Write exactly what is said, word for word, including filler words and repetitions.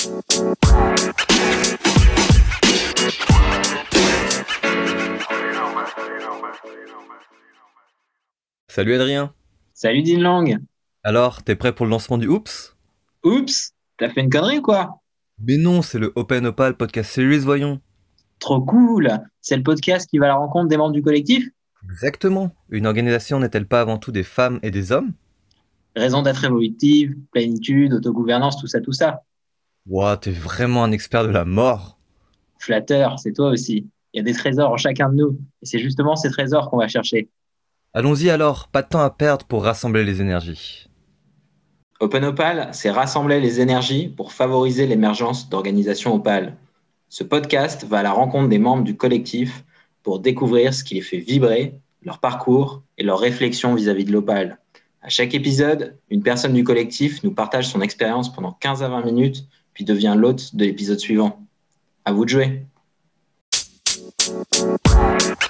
Salut Adrien. Salut Dinlang. Alors, t'es prêt pour le lancement du Oops? Oups, t'as fait une connerie ou quoi? Mais non, c'est le Open Opal Podcast Series, voyons. Trop cool. C'est le podcast qui va à la rencontre des membres du collectif? Exactement. Une organisation n'est-elle pas avant tout des femmes et des hommes? Raison d'être évolutive, plénitude, autogouvernance, tout ça, tout ça. Ouah, t'es vraiment un expert de la mort. Flatteur, c'est toi aussi. Il y a des trésors en chacun de nous. Et c'est justement ces trésors qu'on va chercher. Allons-y alors, pas de temps à perdre pour rassembler les énergies. Open Opal, c'est rassembler les énergies pour favoriser l'émergence d'organisations Opal. Ce podcast va à la rencontre des membres du collectif pour découvrir ce qui les fait vibrer, leur parcours et leurs réflexions vis-à-vis de l'Opal. À chaque épisode, une personne du collectif nous partage son expérience pendant quinze à vingt minutes, puis devient l'hôte de l'épisode suivant. À vous de jouer.